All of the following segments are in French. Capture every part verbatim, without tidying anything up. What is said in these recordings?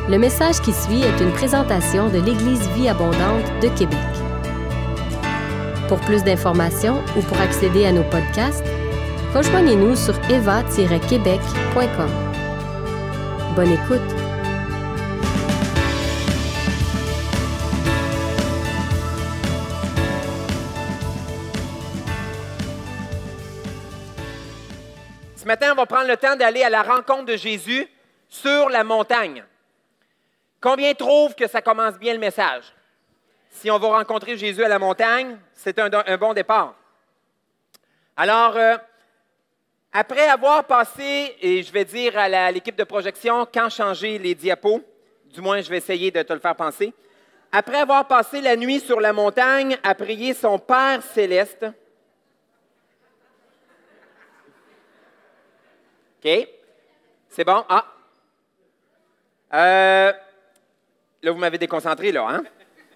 Le message qui suit est une présentation de l'Église Vie Abondante de Québec. Pour plus d'informations ou pour accéder à nos podcasts, rejoignez-nous sur eva tiret québec point com. Bonne écoute! Ce matin, on va prendre le temps d'aller à la rencontre de Jésus sur la montagne. Combien trouvent que ça commence bien le message? Si on va rencontrer Jésus à la montagne, c'est un, un bon départ. Alors, euh, après avoir passé, et je vais dire à, la, à l'équipe de projection quand changer les diapos, du moins je vais essayer de te le faire penser, après avoir passé la nuit sur la montagne à prier son Père céleste, OK, c'est bon? Ah! Euh, là, vous m'avez déconcentré, là, hein?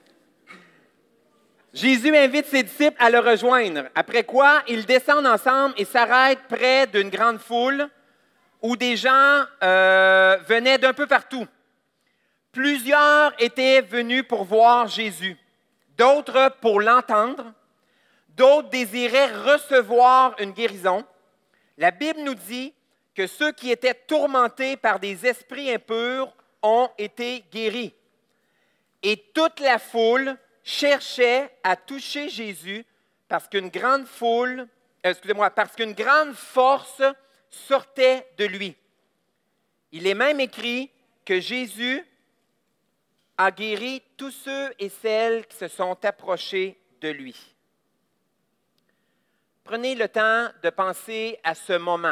Jésus invite ses disciples à le rejoindre, après quoi ils descendent ensemble et s'arrêtent près d'une grande foule où des gens euh, venaient d'un peu partout. Plusieurs étaient venus pour voir Jésus, d'autres pour l'entendre, d'autres désiraient recevoir une guérison. La Bible nous dit que ceux qui étaient tourmentés par des esprits impurs ont été guéris. Et toute la foule cherchait à toucher Jésus parce qu'une grande foule, euh, excusez-moi, parce qu'une grande force sortait de lui. Il est même écrit que Jésus a guéri tous ceux et celles qui se sont approchés de lui. Prenez le temps de penser à ce moment.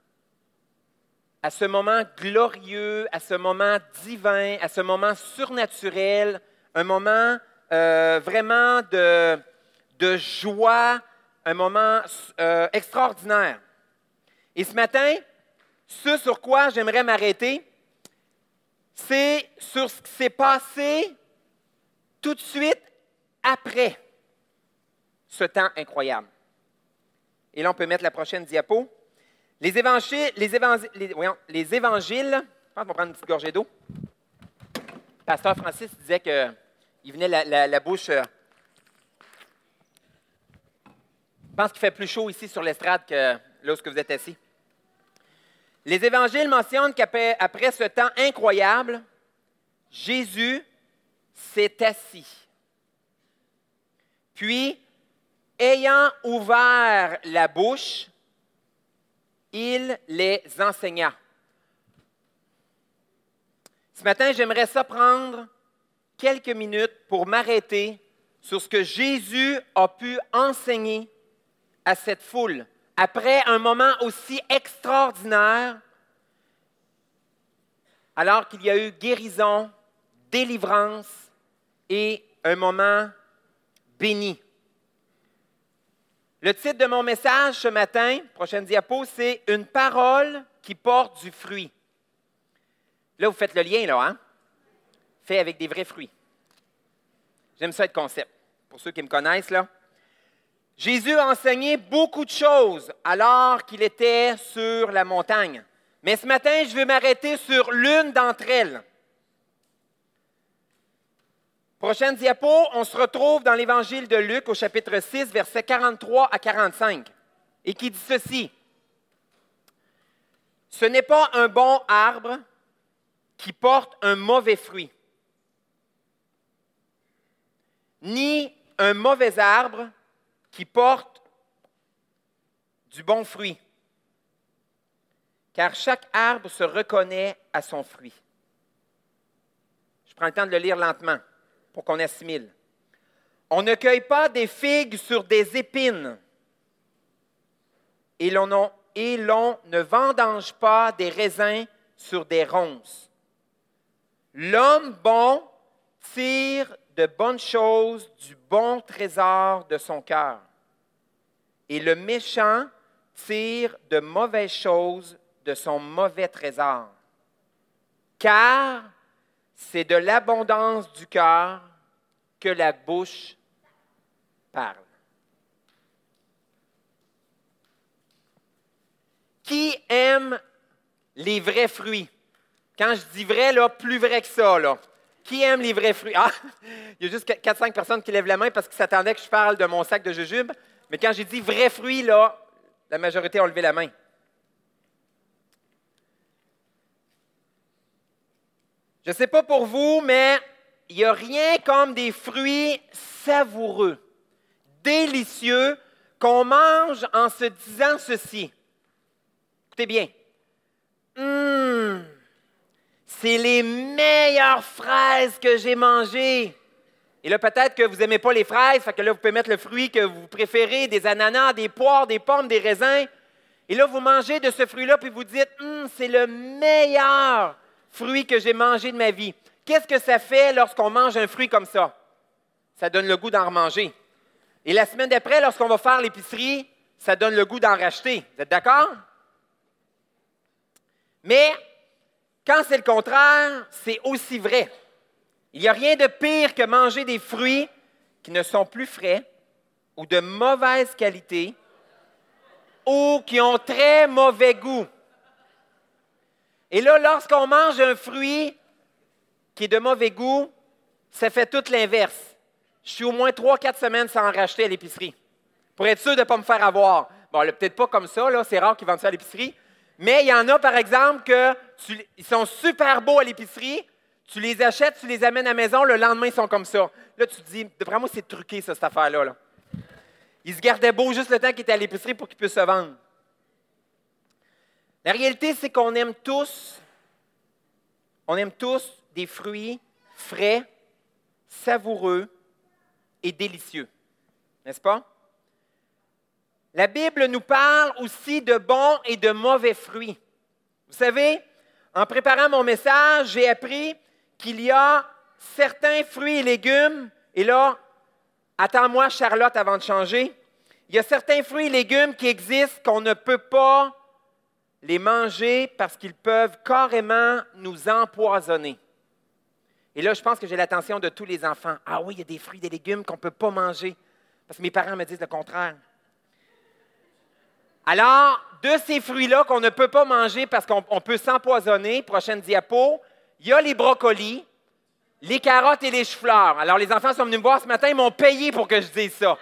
à ce moment glorieux, à ce moment divin, à ce moment surnaturel, un moment euh, vraiment de, de joie, un moment euh, extraordinaire. Et ce matin, ce sur quoi j'aimerais m'arrêter, c'est sur ce qui s'est passé tout de suite après ce temps incroyable. Et là, on peut mettre la prochaine diapo. Les évangiles, les évangiles, les, voyons, les évangiles, je pense qu'on va prendre une petite gorgée d'eau. Pasteur Francis disait qu'il venait la, la, la bouche. Euh, je pense qu'il fait plus chaud ici sur l'estrade que là où vous êtes assis. Les évangiles mentionnent qu'après après ce temps incroyable, Jésus s'est assis. Puis, ayant ouvert la bouche, il les enseigna. Ce matin, j'aimerais ça prendre quelques minutes pour m'arrêter sur ce que Jésus a pu enseigner à cette foule après un moment aussi extraordinaire, alors qu'il y a eu guérison, délivrance et un moment béni. Le titre de mon message ce matin, prochaine diapo, c'est « Une parole qui porte du fruit ». Là, vous faites le lien, là, hein? Fait avec des vrais fruits. J'aime ça être concept. Pour ceux qui me connaissent, là. Jésus a enseigné beaucoup de choses alors qu'il était sur la montagne. Mais ce matin, je vais m'arrêter sur l'une d'entre elles. Prochaine diapo, on se retrouve dans l'Évangile de Luc au chapitre six, versets quarante-trois à quarante-cinq, et qui dit ceci. « Ce n'est pas un bon arbre qui porte un mauvais fruit, ni un mauvais arbre qui porte du bon fruit, car chaque arbre se reconnaît à son fruit. » Je prends le temps de le lire lentement pour qu'on assimile. « On ne cueille pas des figues sur des épines, et l'on, non, et l'on ne vendange pas des raisins sur des ronces. L'homme bon tire de bonnes choses du bon trésor de son cœur, et le méchant tire de mauvaises choses de son mauvais trésor. Car c'est de l'abondance du cœur que la bouche parle. » Qui aime les vrais fruits? Quand je dis vrai, là, plus vrai que ça, là. Qui aime les vrais fruits? Ah, il y a juste quatre cinq personnes qui lèvent la main parce qu'ils s'attendaient que je parle de mon sac de jujubes. Mais quand j'ai dit vrais fruits, là, la majorité ont levé la main. Je ne sais pas pour vous, mais il n'y a rien comme des fruits savoureux, délicieux, qu'on mange en se disant ceci. Écoutez bien. Hum, c'est les meilleures fraises que j'ai mangées. Et là, peut-être que vous n'aimez pas les fraises, fait que là, vous pouvez mettre le fruit que vous préférez, des ananas, des poires, des pommes, des raisins. Et là, vous mangez de ce fruit-là, puis vous dites, hum, c'est le meilleur fruit que j'ai mangé de ma vie. Qu'est-ce que ça fait lorsqu'on mange un fruit comme ça? Ça donne le goût d'en remanger. Et la semaine d'après, lorsqu'on va faire l'épicerie, ça donne le goût d'en racheter. Vous êtes d'accord? Mais quand c'est le contraire, c'est aussi vrai. Il n'y a rien de pire que manger des fruits qui ne sont plus frais ou de mauvaise qualité ou qui ont très mauvais goût. Et là, lorsqu'on mange un fruit qui est de mauvais goût, ça fait tout l'inverse. Je suis au moins trois quatre semaines sans en racheter à l'épicerie pour être sûr de ne pas me faire avoir. Bon, là, peut-être pas comme ça, là, c'est rare qu'ils vendent ça à l'épicerie, mais il y en a, par exemple, que tu, ils sont super beaux à l'épicerie, tu les achètes, tu les amènes à la maison, le lendemain, ils sont comme ça. Là, tu te dis, vraiment, c'est truqué, ça, cette affaire-là. Là. Ils se gardaient beaux juste le temps qu'ils étaient à l'épicerie pour qu'ils puissent se vendre. La réalité, c'est qu'on aime tous, on aime tous des fruits frais, savoureux et délicieux. N'est-ce pas? La Bible nous parle aussi de bons et de mauvais fruits. Vous savez, en préparant mon message, j'ai appris qu'il y a certains fruits et légumes, et là, attends-moi, Charlotte, avant de changer, il y a certains fruits et légumes qui existent qu'on ne peut pas les manger parce qu'ils peuvent carrément nous empoisonner. Et là, je pense que j'ai l'attention de tous les enfants. Ah oui, il y a des fruits et des légumes qu'on ne peut pas manger parce que mes parents me disent le contraire. Alors, de ces fruits-là qu'on ne peut pas manger parce qu'on on peut s'empoisonner, prochaine diapo, il y a les brocolis, les carottes et les choux-fleurs. Alors, les enfants sont venus me voir ce matin, ils m'ont payé pour que je dise ça.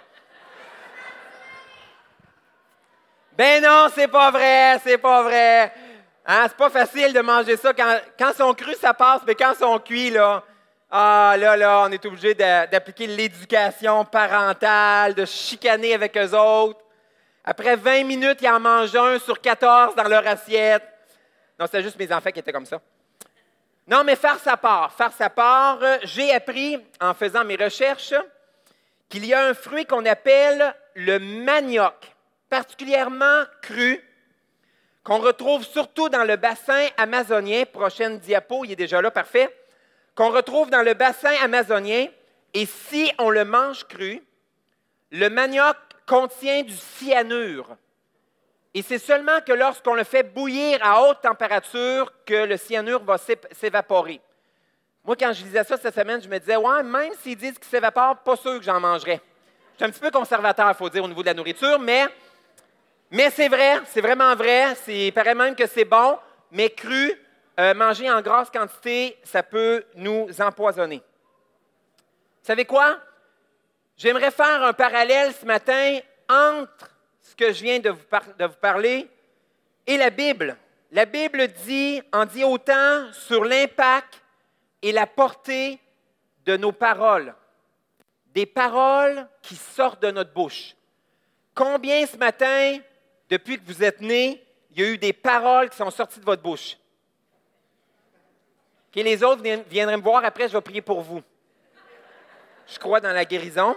Ben non, c'est pas vrai, c'est pas vrai. Hein, c'est pas facile de manger ça. Quand, quand ils sont crus, ça passe, mais quand ils sont cuits, là, ah, là, là, on est obligé de, d'appliquer l'éducation parentale, de chicaner avec eux autres. Après vingt minutes, ils en mangent un sur quatorze dans leur assiette. Non, c'était juste mes enfants qui étaient comme ça. Non, mais faire sa part, faire sa part, j'ai appris, en faisant mes recherches, qu'il y a un fruit qu'on appelle le manioc, particulièrement cru, qu'on retrouve surtout dans le bassin amazonien. Prochaine diapo, il est déjà là, parfait. Qu'on retrouve dans le bassin amazonien. Et si on le mange cru, le manioc contient du cyanure. Et c'est seulement que lorsqu'on le fait bouillir à haute température que le cyanure va s'évaporer. Moi, quand je lisais ça cette semaine, je me disais, ouais, même s'ils disent qu'il s'évapore, pas sûr que j'en mangerais. Je suis un petit peu conservateur, il faut dire, au niveau de la nourriture, mais, mais c'est vrai, c'est vraiment vrai. C'est, il paraît même que c'est bon, mais cru, euh, manger en grasse quantité, ça peut nous empoisonner. Vous savez quoi? J'aimerais faire un parallèle ce matin entre ce que je viens de vous, par- de vous parler et la Bible. La Bible dit, en dit autant sur l'impact et la portée de nos paroles. Des paroles qui sortent de notre bouche. Combien ce matin, depuis que vous êtes nés, il y a eu des paroles qui sont sorties de votre bouche? Okay, les autres viendraient me voir, après je vais prier pour vous. Je crois dans la guérison.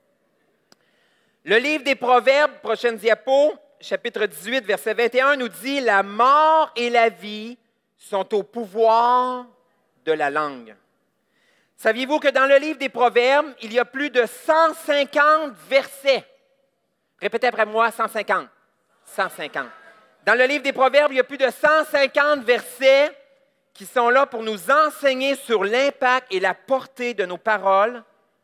Le livre des Proverbes, prochaine diapo, chapitre dix-huit, verset vingt et un, nous dit « La mort et la vie sont au pouvoir de la langue. » Saviez-vous que dans le livre des Proverbes, il y a plus de cent cinquante versets? Répétez après moi, cent cinquante. cent cinquante. Dans le livre des Proverbes, il y a plus de cent cinquante versets qui sont là pour nous enseigner sur l'impact et la portée de nos paroles.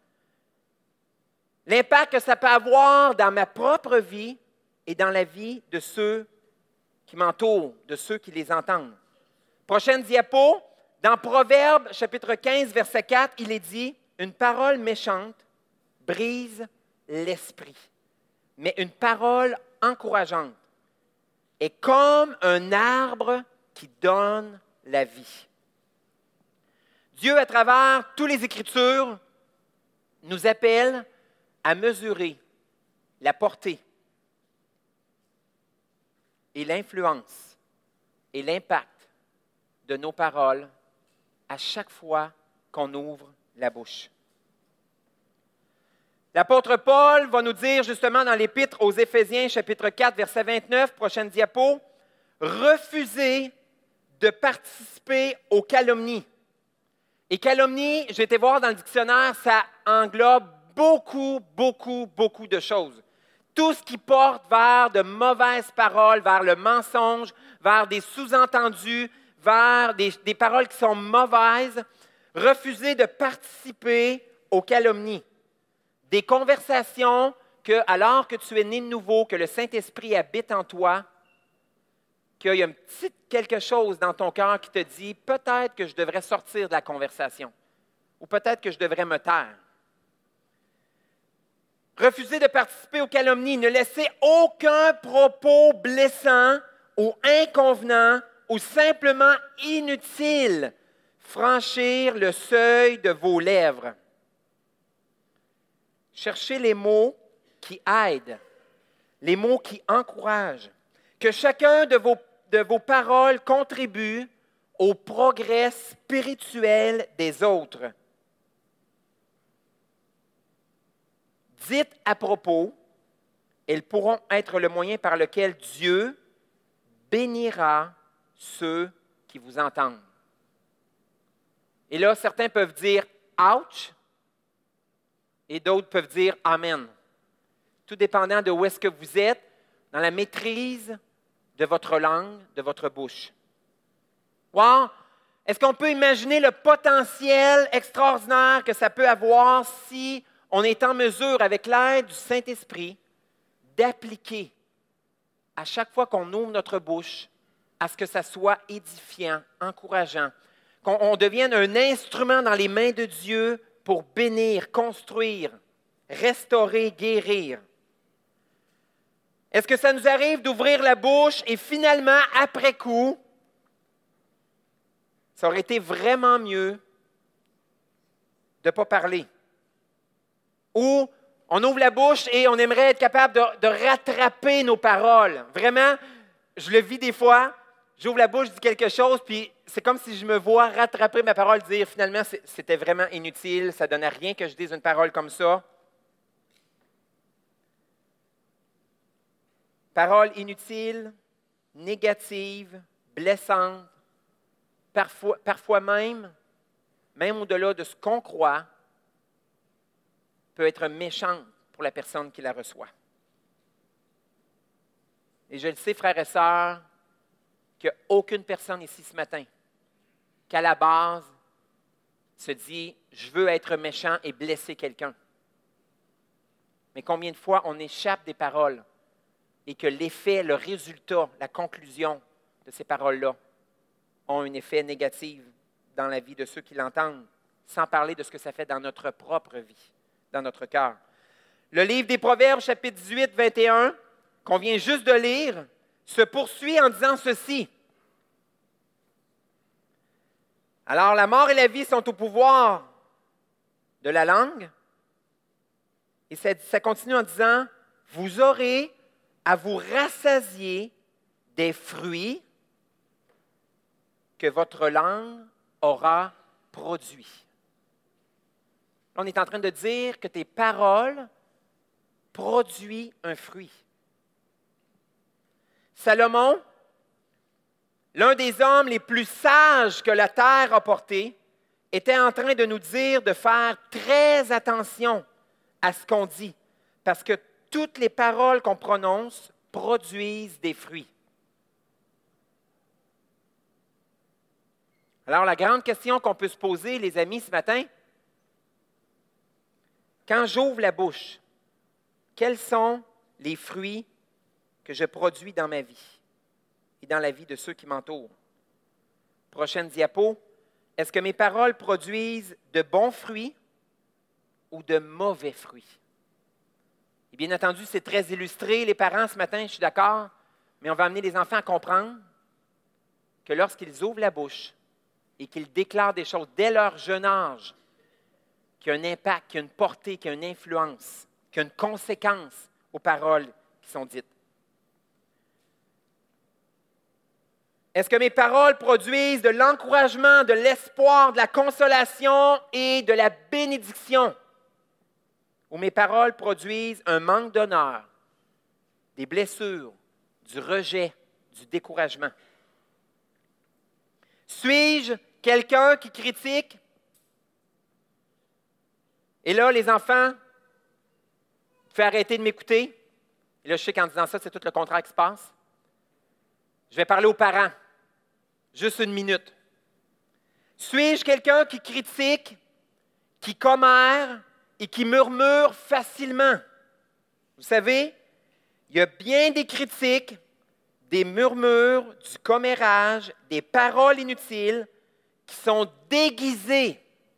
L'impact que ça peut avoir dans ma propre vie et dans la vie de ceux qui m'entourent, de ceux qui les entendent. Prochaine diapo, dans Proverbes, chapitre quinze, verset quatre, il est dit « Une parole méchante brise l'esprit, mais une parole encourageante est comme un arbre qui donne la vie. » Dieu, à travers toutes les Écritures, nous appelle à mesurer la portée et l'influence et l'impact de nos paroles à chaque fois qu'on ouvre la bouche. L'apôtre Paul va nous dire justement dans l'Épître aux Éphésiens, chapitre quatre, verset vingt-neuf, prochaine diapo, « Refusez de participer aux calomnies. » Et calomnie, j'ai été voir dans le dictionnaire, ça englobe beaucoup, beaucoup, beaucoup de choses. Tout ce qui porte vers de mauvaises paroles, vers le mensonge, vers des sous-entendus, vers des, des paroles qui sont mauvaises. Refusez de participer aux calomnies. Des conversations que, alors que tu es né de nouveau, que le Saint-Esprit habite en toi, qu'il y a un petit quelque chose dans ton cœur qui te dit « peut-être que je devrais sortir de la conversation » ou « peut-être que je devrais me taire ». Refusez de participer aux calomnies. Ne laissez aucun propos blessant ou inconvenant ou simplement inutile franchir le seuil de vos lèvres. Cherchez les mots qui aident, les mots qui encouragent. Que chacun de vos, de vos paroles contribue au progrès spirituel des autres. Dites à propos, elles pourront être le moyen par lequel Dieu bénira ceux qui vous entendent. Et là, certains peuvent dire « ouch » et d'autres peuvent dire « amen ». Tout dépendant de où est-ce que vous êtes, dans la maîtrise de votre langue, de votre bouche. Wow! Est-ce qu'on peut imaginer le potentiel extraordinaire que ça peut avoir si on est en mesure, avec l'aide du Saint-Esprit, d'appliquer à chaque fois qu'on ouvre notre bouche à ce que ça soit édifiant, encourageant, qu'on on devienne un instrument dans les mains de Dieu pour bénir, construire, restaurer, guérir. Est-ce que ça nous arrive d'ouvrir la bouche et finalement, après coup, ça aurait été vraiment mieux de ne pas parler? Ou on ouvre la bouche et on aimerait être capable de, de rattraper nos paroles. Vraiment, je le vis des fois, j'ouvre la bouche, je dis quelque chose, puis c'est comme si je me vois rattraper ma parole, dire finalement, c'était vraiment inutile, ça ne donnait rien que je dise une parole comme ça. Paroles inutiles, négatives, blessantes, parfois, parfois même, même au-delà de ce qu'on croit, peut être méchante pour la personne qui la reçoit. Et je le sais, frères et sœurs, qu'il n'y a aucune personne ici ce matin qu'à la base se dit « je veux être méchant et blesser quelqu'un ». Mais combien de fois on échappe des paroles et que l'effet, le résultat, la conclusion de ces paroles-là ont un effet négatif dans la vie de ceux qui l'entendent, sans parler de ce que ça fait dans notre propre vie, dans notre cœur. Le livre des Proverbes, chapitre dix-huit, vingt et un, qu'on vient juste de lire, se poursuit en disant ceci. Alors, la mort et la vie sont au pouvoir de la langue. Et ça, ça continue en disant, vous aurez à vous rassasier des fruits que votre langue aura produits. On est en train de dire que tes paroles produisent un fruit. Salomon, l'un des hommes les plus sages que la terre a portés, était en train de nous dire de faire très attention à ce qu'on dit, parce que toutes les paroles qu'on prononce produisent des fruits. Alors, la grande question qu'on peut se poser, les amis, ce matin, quand j'ouvre la bouche, quels sont les fruits que je produis dans ma vie et dans la vie de ceux qui m'entourent? Prochaine diapo. Est-ce que mes paroles produisent de bons fruits ou de mauvais fruits? Et bien entendu, c'est très illustré, les parents, ce matin, je suis d'accord, mais on va amener les enfants à comprendre que lorsqu'ils ouvrent la bouche et qu'ils déclarent des choses dès leur jeune âge, qu'il y a un impact, qu'il y a une portée, qu'il y a une influence, qu'il y a une conséquence aux paroles qui sont dites. Est-ce que mes paroles produisent de l'encouragement, de l'espoir, de la consolation et de la bénédiction? Ou mes paroles produisent un manque d'honneur, des blessures, du rejet, du découragement? Suis-je quelqu'un qui critique? Et là, les enfants, vous pouvez arrêter de m'écouter. Et là, je sais qu'en disant ça, c'est tout le contraire qui se passe. Je vais parler aux parents. Juste une minute. Suis-je quelqu'un qui critique, qui commère et qui murmure facilement? Vous savez, il y a bien des critiques, des murmures, du commérage, des paroles inutiles qui sont déguisées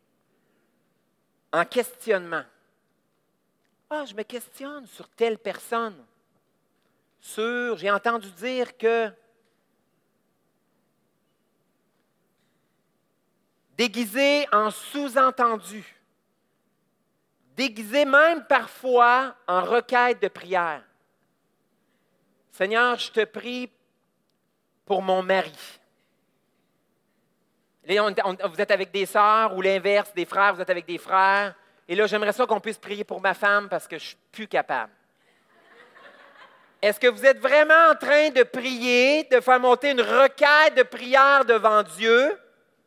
en questionnement. Ah, je me questionne sur telle personne. Sur, j'ai entendu dire que... Déguisé en sous-entendu, déguisé même parfois en requête de prière. Seigneur, je te prie pour mon mari. Là, on, on, vous êtes avec des sœurs ou l'inverse, des frères, vous êtes avec des frères. Et là, j'aimerais ça qu'on puisse prier pour ma femme parce que je ne suis plus capable. Est-ce que vous êtes vraiment en train de prier, de faire monter une requête de prière devant Dieu?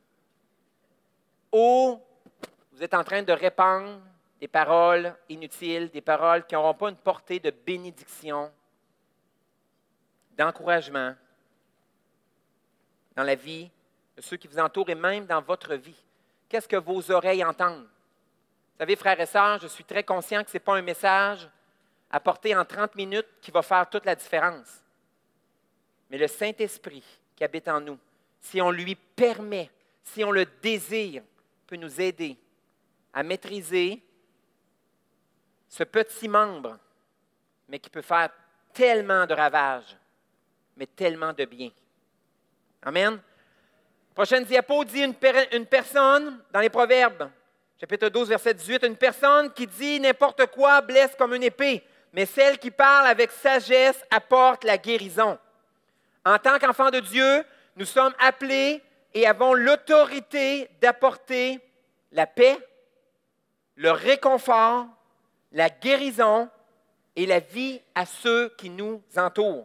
Ou vous êtes en train de répandre des paroles inutiles, des paroles qui n'auront pas une portée de bénédiction, d'encouragement dans la vie de ceux qui vous entourent et même dans votre vie? Qu'est-ce que vos oreilles entendent? Vous savez, frères et sœurs, je suis très conscient que ce n'est pas un message à porter en trente minutes qui va faire toute la différence. Mais le Saint-Esprit qui habite en nous, si on lui permet, si on le désire, peut nous aider à maîtriser ce petit membre, mais qui peut faire tellement de ravages, mais tellement de bien. Amen. Prochaine diapo dit une, per- une personne, dans les Proverbes, chapitre douze, verset dix-huit, une personne qui dit n'importe quoi blesse comme une épée, mais celle qui parle avec sagesse apporte la guérison. En tant qu'enfants de Dieu, nous sommes appelés et avons l'autorité d'apporter la paix, le réconfort, la guérison et la vie à ceux qui nous entourent.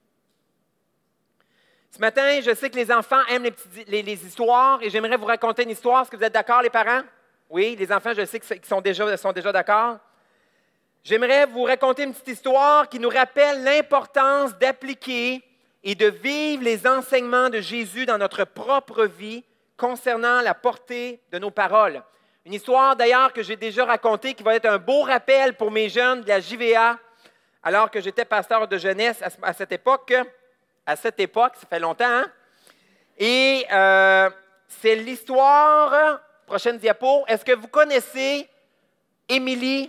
Ce matin, je sais que les enfants aiment les, petits, les, les histoires et j'aimerais vous raconter une histoire. Est-ce que vous êtes d'accord, les parents? Oui, les enfants, je sais qu'ils sont déjà, sont déjà d'accord. J'aimerais vous raconter une petite histoire qui nous rappelle l'importance d'appliquer et de vivre les enseignements de Jésus dans notre propre vie concernant la portée de nos paroles. Une histoire d'ailleurs que j'ai déjà racontée qui va être un beau rappel pour mes jeunes de la J V A alors que j'étais pasteur de jeunesse à cette époque. À cette époque, ça fait longtemps, hein? Et euh, c'est l'histoire, prochaine diapo, est-ce que vous connaissez Emily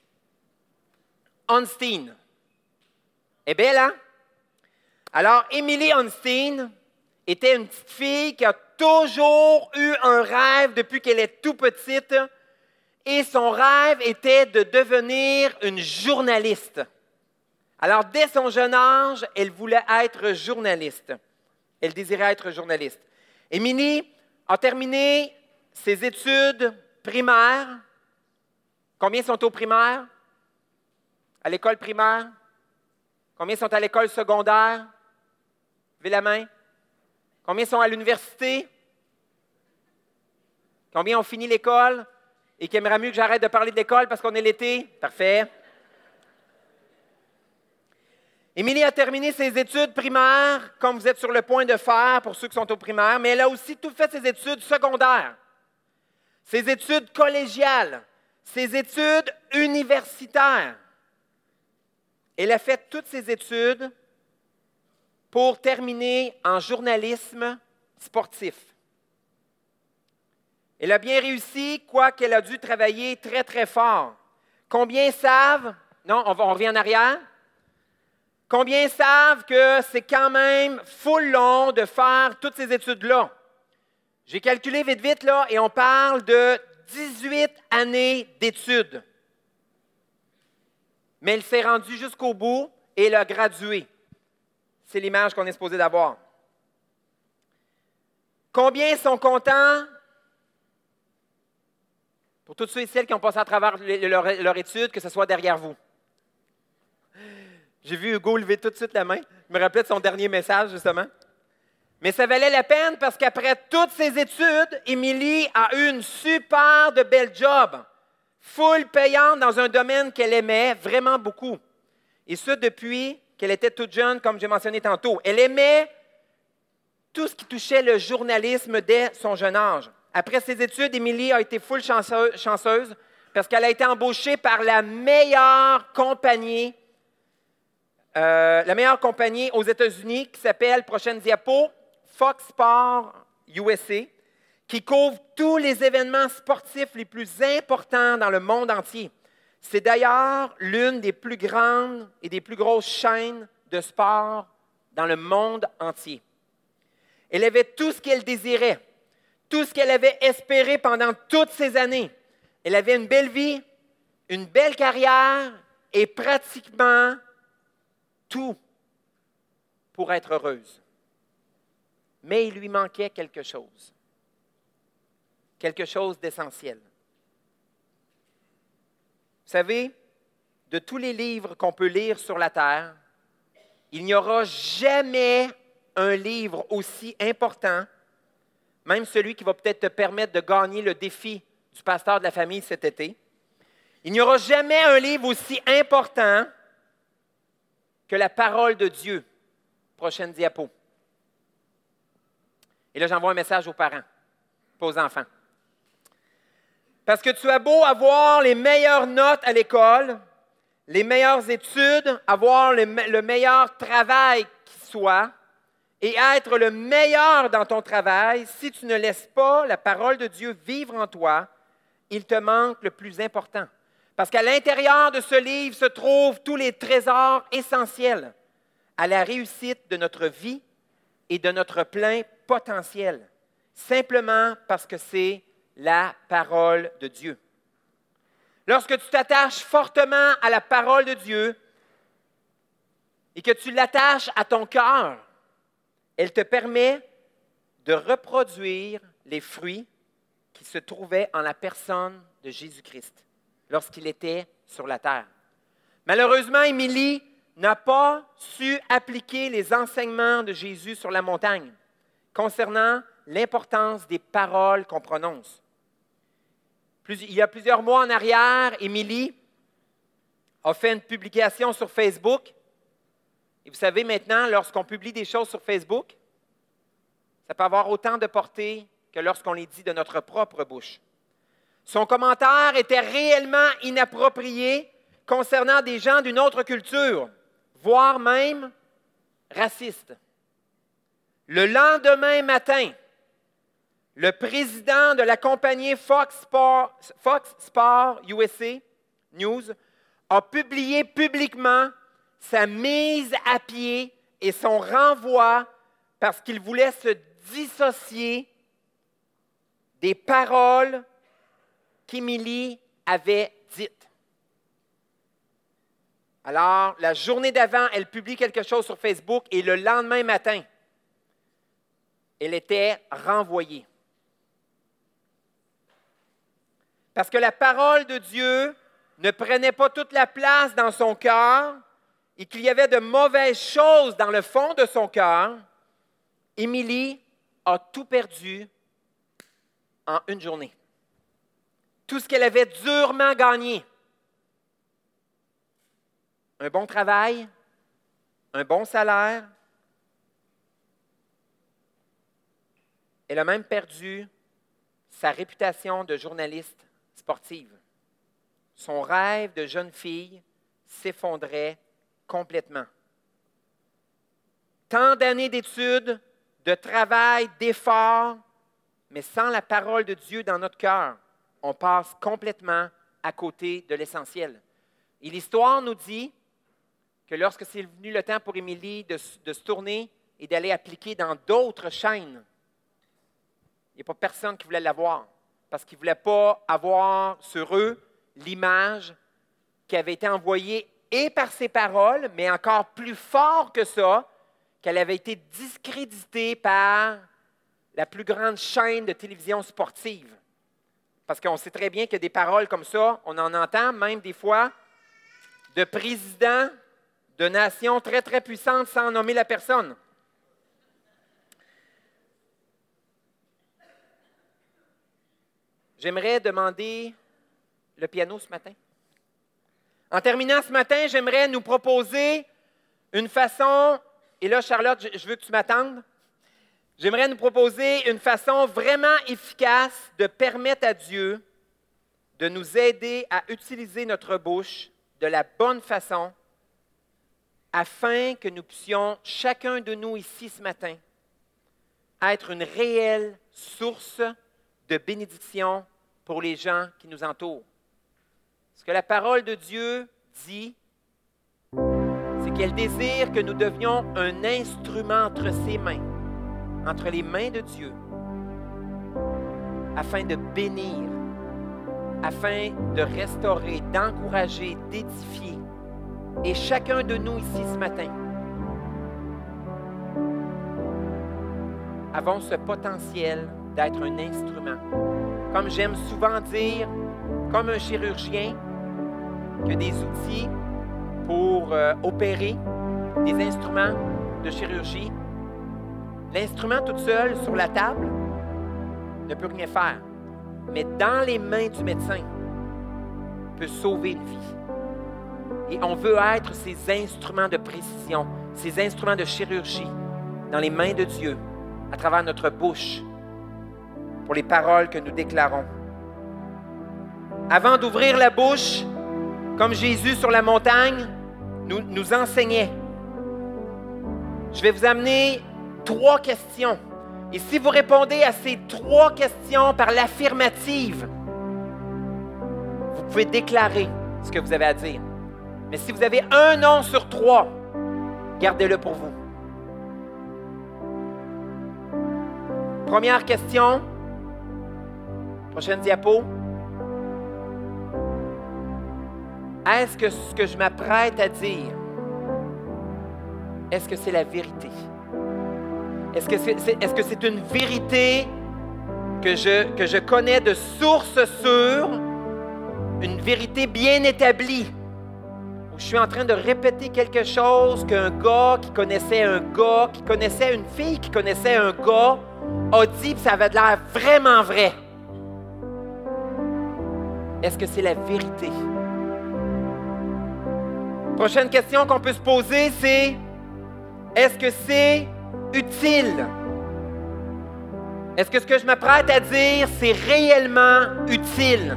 Onstein? Elle est belle, hein? Alors, Emily Onstein était une petite fille qui a toujours eu un rêve depuis qu'elle est tout petite et son rêve était de devenir une journaliste. Alors, dès son jeune âge, elle voulait être journaliste. Elle désirait être journaliste. Emily a terminé ses études primaires. Combien sont au primaire? À l'école primaire? Combien sont à l'école secondaire? Levez la main. Combien sont à l'université? Combien ont fini l'école et qui aimeraient mieux que j'arrête de parler de l'école parce qu'on est l'été? Parfait. Émilie a terminé ses études primaires, comme vous êtes sur le point de faire pour ceux qui sont au primaire, mais elle a aussi tout fait ses études secondaires, ses études collégiales, ses études universitaires. Elle a fait toutes ses études pour terminer en journalisme sportif. Elle a bien réussi, quoiqu'elle a dû travailler très, très fort. Combien savent, non, on, va, on revient en arrière. Combien savent que c'est quand même full long de faire toutes ces études-là? J'ai calculé vite, vite, là, et on parle de dix-huit années d'études. Mais elle s'est rendue jusqu'au bout et elle a gradué. C'est l'image qu'on est supposé d'avoir. Combien sont contents, pour tous ceux et celles qui ont passé à travers leur, leur étude, que ce soit derrière vous? J'ai vu Hugo lever tout de suite la main. Je me rappelais de son dernier message, justement. Mais ça valait la peine parce qu'après toutes ses études, Émilie a eu une super de belle job, full payante dans un domaine qu'elle aimait vraiment beaucoup. Et ce, depuis qu'elle était toute jeune, comme j'ai mentionné tantôt. Elle aimait tout ce qui touchait le journalisme dès son jeune âge. Après ses études, Émilie a été full chanceuse, chanceuse parce qu'elle a été embauchée par la meilleure compagnie Euh, la meilleure compagnie aux États-Unis qui s'appelle, prochaine diapo, Fox Sports U S A, qui couvre tous les événements sportifs les plus importants dans le monde entier. C'est d'ailleurs l'une des plus grandes et des plus grosses chaînes de sport dans le monde entier. Elle avait tout ce qu'elle désirait, tout ce qu'elle avait espéré pendant toutes ces années. Elle avait une belle vie, une belle carrière et pratiquement tout pour être heureuse. Mais il lui manquait quelque chose. Quelque chose d'essentiel. Vous savez, de tous les livres qu'on peut lire sur la terre, il n'y aura jamais un livre aussi important, même celui qui va peut-être te permettre de gagner le défi du pasteur de la famille cet été. Il n'y aura jamais un livre aussi important que la parole de Dieu. Prochaine diapo. Et là, j'envoie un message aux parents, pas aux enfants. Parce que tu as beau avoir les meilleures notes à l'école, les meilleures études, avoir le, le meilleur travail qui soit, et être le meilleur dans ton travail, si tu ne laisses pas la parole de Dieu vivre en toi, il te manque le plus important. Parce qu'à l'intérieur de ce livre se trouvent tous les trésors essentiels à la réussite de notre vie et de notre plein potentiel, simplement parce que c'est la parole de Dieu. Lorsque tu t'attaches fortement à la parole de Dieu et que tu l'attaches à ton cœur, elle te permet de reproduire les fruits qui se trouvaient en la personne de Jésus-Christ lorsqu'il était sur la terre. Malheureusement, Émilie n'a pas su appliquer les enseignements de Jésus sur la montagne concernant l'importance des paroles qu'on prononce. Plus, il y a plusieurs mois en arrière, Émilie a fait une publication sur Facebook. Et vous savez maintenant, lorsqu'on publie des choses sur Facebook, ça peut avoir autant de portée que lorsqu'on les dit de notre propre bouche. Son commentaire était réellement inapproprié concernant des gens d'une autre culture, voire même raciste. Le lendemain matin, le président de la compagnie Fox Sports, Fox Sports U S A News a publié publiquement sa mise à pied et son renvoi parce qu'il voulait se dissocier des paroles qu'Émilie avait dites. Alors, la journée d'avant, elle publie quelque chose sur Facebook et le lendemain matin, elle était renvoyée. Parce que la parole de Dieu ne prenait pas toute la place dans son cœur et qu'il y avait de mauvaises choses dans le fond de son cœur, Émilie a tout perdu en une journée. Tout ce qu'elle avait durement gagné. Un bon travail, un bon salaire. Elle a même perdu sa réputation de journaliste sportive. Son rêve de jeune fille s'effondrait complètement. Tant d'années d'études, de travail, d'efforts, mais sans la parole de Dieu dans notre cœur, on passe complètement à côté de l'essentiel. Et l'histoire nous dit que lorsque c'est venu le temps pour Émilie de, de se tourner et d'aller appliquer dans d'autres chaînes, il n'y a pas personne qui voulait l'avoir parce qu'ils ne voulaient pas avoir sur eux l'image qui avait été envoyée et par ses paroles, mais encore plus fort que ça, qu'elle avait été discréditée par la plus grande chaîne de télévision sportive. Parce qu'on sait très bien que des paroles comme ça, on en entend même des fois de présidents de nations très, très puissantes sans nommer la personne. J'aimerais demander le piano ce matin. En terminant ce matin, j'aimerais nous proposer une façon, et là, Charlotte, je veux que tu m'attendes, j'aimerais nous proposer une façon vraiment efficace de permettre à Dieu de nous aider à utiliser notre bouche de la bonne façon afin que nous puissions, chacun de nous ici ce matin, être une réelle source de bénédiction pour les gens qui nous entourent. Ce que la parole de Dieu dit, c'est qu'elle désire que nous devenions un instrument entre ses mains, entre les mains de Dieu, afin de bénir, afin de restaurer, d'encourager, d'édifier. Et chacun de nous ici ce matin avons ce potentiel d'être un instrument. Comme j'aime souvent dire, comme un chirurgien qui a des outils pour euh, opérer, des instruments de chirurgie, l'instrument tout seul sur la table ne peut rien faire. Mais dans les mains du médecin, peut sauver une vie. Et on veut être ces instruments de précision, ces instruments de chirurgie dans les mains de Dieu, à travers notre bouche, pour les paroles que nous déclarons. Avant d'ouvrir la bouche, comme Jésus sur la montagne nous, nous enseignait, je vais vous amener trois questions. Et si vous répondez à ces trois questions par l'affirmative, vous pouvez déclarer ce que vous avez à dire. Mais si vous avez un nom sur trois, gardez-le pour vous. Première question. Prochaine diapo. Est-ce que ce que je m'apprête à dire, est-ce que c'est la vérité? Est-ce que c'est, c'est, est-ce que c'est une vérité que je, que je connais de source sûre, une vérité bien établie? Ou je suis en train de répéter quelque chose qu'un gars qui connaissait un gars, qui connaissait une fille qui connaissait un gars, a dit, puis ça avait l'air vraiment vrai. Est-ce que c'est la vérité? Prochaine question qu'on peut se poser, c'est est-ce que c'est utile? Est-ce que ce que je m'apprête à dire, c'est réellement utile?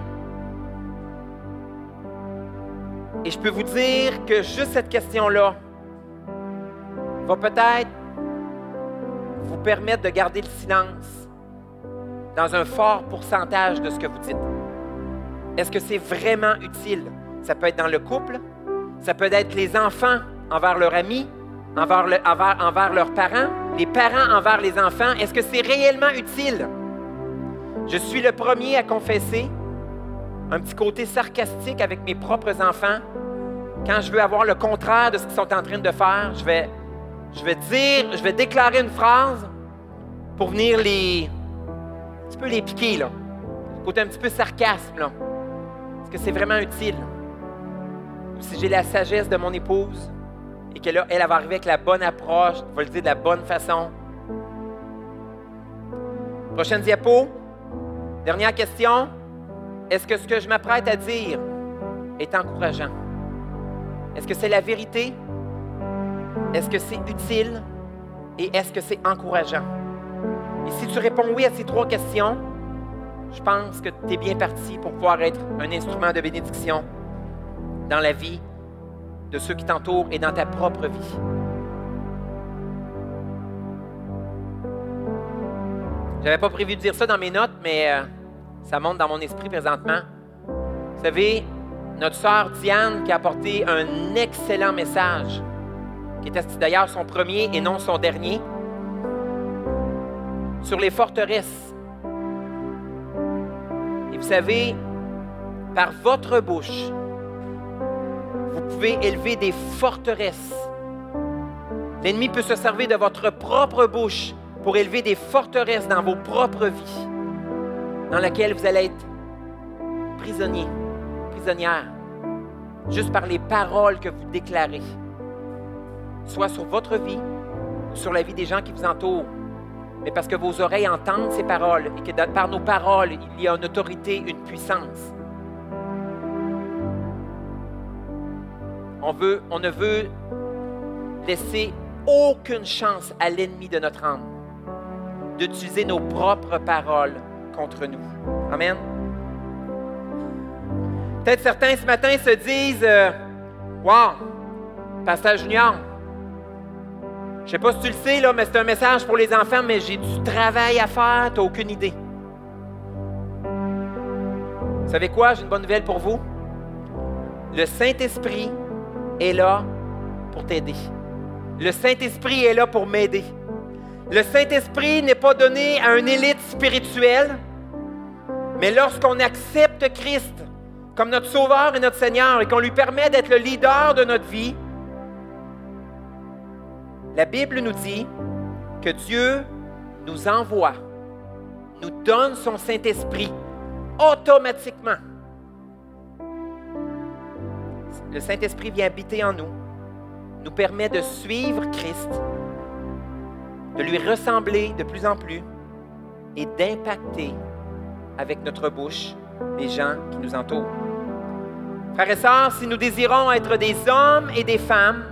Et je peux vous dire que juste cette question-là va peut-être vous permettre de garder le silence dans un fort pourcentage de ce que vous dites. Est-ce que c'est vraiment utile? Ça peut être dans le couple, ça peut être les enfants envers leurs amis, envers, le, envers, envers leurs parents, les parents envers les enfants. Est-ce que c'est réellement utile? Je suis le premier à confesser un petit côté sarcastique avec mes propres enfants. Quand je veux avoir le contraire de ce qu'ils sont en train de faire, je vais, je vais dire, je vais déclarer une phrase pour venir les, un petit peu les piquer, là. Le côté un petit peu sarcasme, là. Est-ce que c'est vraiment utile? Ou si j'ai la sagesse de mon épouse et qu'elle elle, elle va arriver avec la bonne approche, elle va le dire de la bonne façon. Prochaine diapo. Dernière question. Est-ce que ce que je m'apprête à dire est encourageant? Est-ce que c'est la vérité? Est-ce que c'est utile? Et est-ce que c'est encourageant? Et si tu réponds oui à ces trois questions, je pense que tu es bien parti pour pouvoir être un instrument de bénédiction dans la vie de ceux qui t'entourent et dans ta propre vie. Je n'avais pas prévu de dire ça dans mes notes, mais euh, ça monte dans mon esprit présentement. Vous savez, notre sœur Diane qui a apporté un excellent message, qui était d'ailleurs son premier et non son dernier, sur les forteresses. Et vous savez, par votre bouche, vous pouvez élever des forteresses. L'ennemi peut se servir de votre propre bouche pour élever des forteresses dans vos propres vies, dans lesquelles vous allez être prisonnier, prisonnière, juste par les paroles que vous déclarez, soit sur votre vie ou sur la vie des gens qui vous entourent, mais parce que vos oreilles entendent ces paroles et que par nos paroles, il y a une autorité, une puissance. On, veut, on ne veut laisser aucune chance à l'ennemi de notre âme d'utiliser nos propres paroles contre nous. Amen. Peut-être certains ce matin se disent euh, « Wow, Pasteur Junior, je ne sais pas si tu le sais, là, mais c'est un message pour les enfants, mais j'ai du travail à faire, tu n'as aucune idée. » Vous savez quoi? J'ai une bonne nouvelle pour vous. Le Saint-Esprit est là pour t'aider. Le Saint-Esprit est là pour m'aider. Le Saint-Esprit n'est pas donné à une élite spirituelle, mais lorsqu'on accepte Christ comme notre Sauveur et notre Seigneur et qu'on lui permet d'être le leader de notre vie, la Bible nous dit que Dieu nous envoie, nous donne son Saint-Esprit automatiquement. Le Saint-Esprit vient habiter en nous, nous permet de suivre Christ, de lui ressembler de plus en plus et d'impacter avec notre bouche les gens qui nous entourent. Frères et sœurs, si nous désirons être des hommes et des femmes,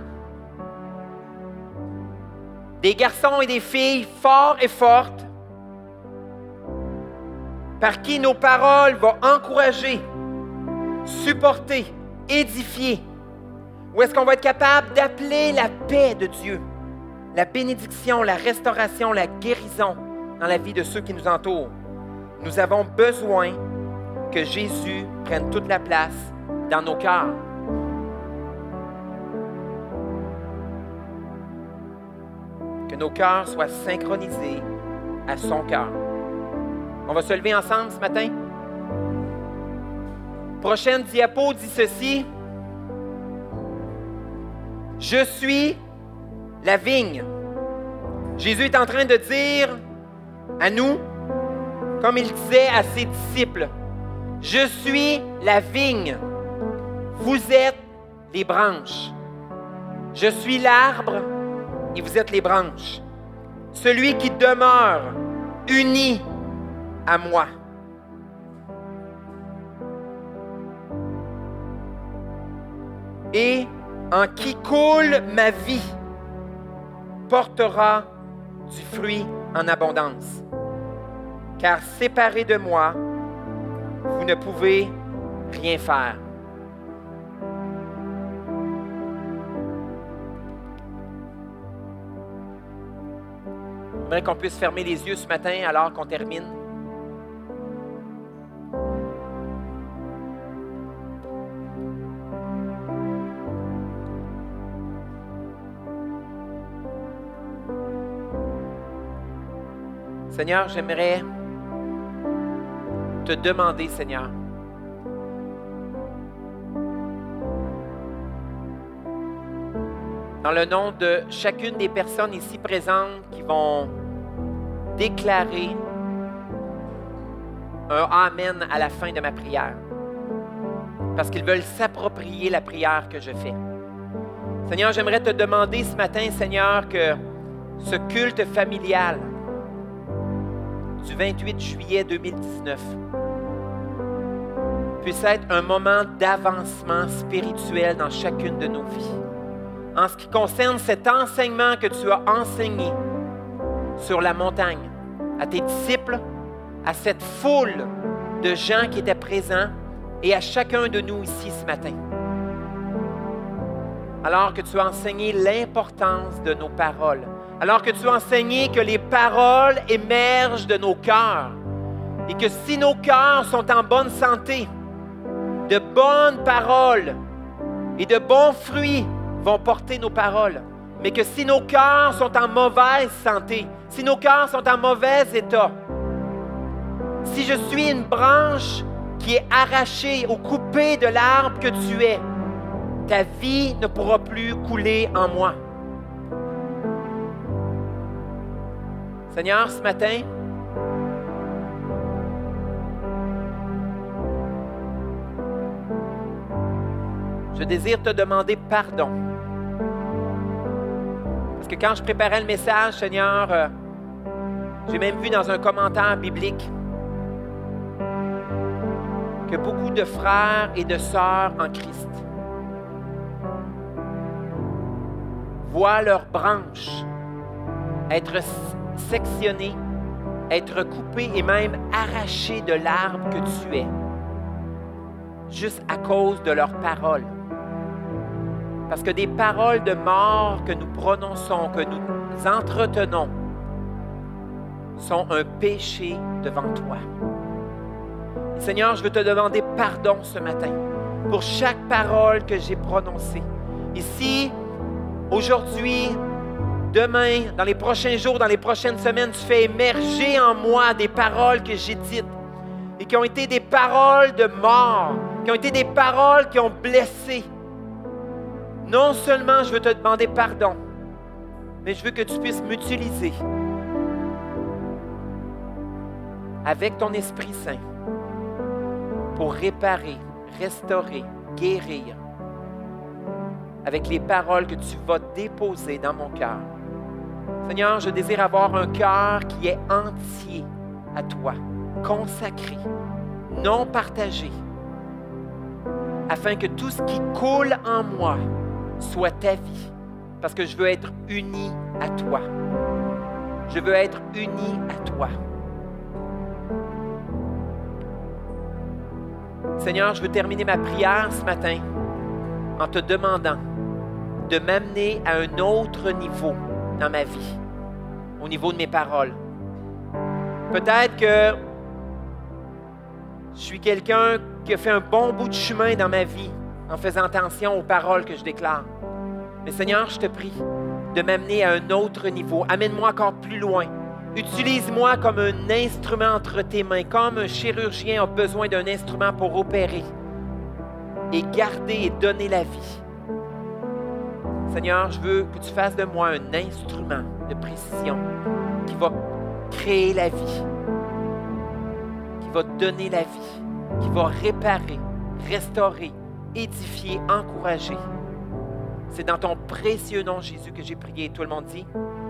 des garçons et des filles forts et fortes, par qui nos paroles vont encourager, supporter, édifier, où est-ce qu'on va être capable d'appeler la paix de Dieu, la bénédiction, la restauration, la guérison dans la vie de ceux qui nous entourent. Nous avons besoin que Jésus prenne toute la place dans nos cœurs. Que nos cœurs soient synchronisés à son cœur. On va se lever ensemble ce matin. Prochaine diapo dit ceci. Je suis la vigne. Jésus est en train de dire à nous, comme il disait à ses disciples, je suis la vigne. Vous êtes les branches. Je suis l'arbre et vous êtes les branches. Celui qui demeure uni à moi. Et en qui coule ma vie portera du fruit en abondance. Car séparé de moi, vous ne pouvez rien faire. J'aimerais qu'on puisse fermer les yeux ce matin alors qu'on termine. Seigneur, j'aimerais te demander, Seigneur, dans le nom de chacune des personnes ici présentes qui vont déclarer un Amen à la fin de ma prière, parce qu'ils veulent s'approprier la prière que je fais. Seigneur, j'aimerais te demander ce matin, Seigneur, que ce culte familial du vingt-huit juillet deux mille dix-neuf puisse être un moment d'avancement spirituel dans chacune de nos vies. En ce qui concerne cet enseignement que tu as enseigné sur la montagne, à tes disciples, à cette foule de gens qui étaient présents et à chacun de nous ici ce matin. Alors que tu as enseigné l'importance de nos paroles, Alors que tu as enseigné que les paroles émergent de nos cœurs et que si nos cœurs sont en bonne santé, de bonnes paroles et de bons fruits vont porter nos paroles. Mais que si nos cœurs sont en mauvaise santé, si nos cœurs sont en mauvais état, si je suis une branche qui est arrachée ou coupée de l'arbre que tu es, ta vie ne pourra plus couler en moi. Seigneur, ce matin, je désire te demander pardon. Parce que quand je préparais le message, Seigneur, euh, j'ai même vu dans un commentaire biblique que beaucoup de frères et de sœurs en Christ voient leurs branches être sectionnées, être coupées et même arrachées de l'arbre que tu es, juste à cause de leurs paroles. Parce que des paroles de mort que nous prononçons, que nous entretenons, sont un péché devant toi. Seigneur, je veux te demander pardon ce matin pour chaque parole que j'ai prononcée. Ici, aujourd'hui, demain, dans les prochains jours, dans les prochaines semaines, tu fais émerger en moi des paroles que j'ai dites et qui ont été des paroles de mort, qui ont été des paroles qui ont blessé. Non seulement je veux te demander pardon, mais je veux que tu puisses m'utiliser avec ton Esprit Saint pour réparer, restaurer, guérir avec les paroles que tu vas déposer dans mon cœur. Seigneur, je désire avoir un cœur qui est entier à toi, consacré, non partagé, afin que tout ce qui coule en moi soit ta vie, parce que je veux être uni à toi. Je veux être uni à toi. Seigneur, je veux terminer ma prière ce matin en te demandant de m'amener à un autre niveau dans ma vie, au niveau de mes paroles. Peut-être que je suis quelqu'un qui a fait un bon bout de chemin dans ma vie en faisant attention aux paroles que je déclare. Mais Seigneur, je te prie de m'amener à un autre niveau. Amène-moi encore plus loin. Utilise-moi comme un instrument entre tes mains, comme un chirurgien a besoin d'un instrument pour opérer et garder et donner la vie. Seigneur, je veux que tu fasses de moi un instrument de précision qui va créer la vie, qui va donner la vie, qui va réparer, restaurer, édifier, encourager. C'est dans ton précieux nom, Jésus, que j'ai prié. Tout le monde dit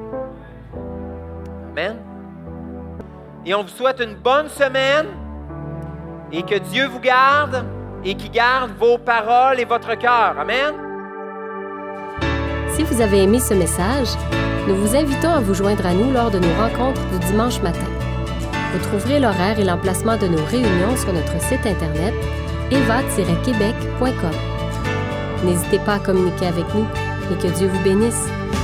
Amen. Et on vous souhaite une bonne semaine et que Dieu vous garde et qu'il garde vos paroles et votre cœur. Amen. Si vous avez aimé ce message, nous vous invitons à vous joindre à nous lors de nos rencontres du dimanche matin. Vous trouverez l'horaire et l'emplacement de nos réunions sur notre site internet eva tiret québec point com. N'hésitez pas à communiquer avec nous et que Dieu vous bénisse.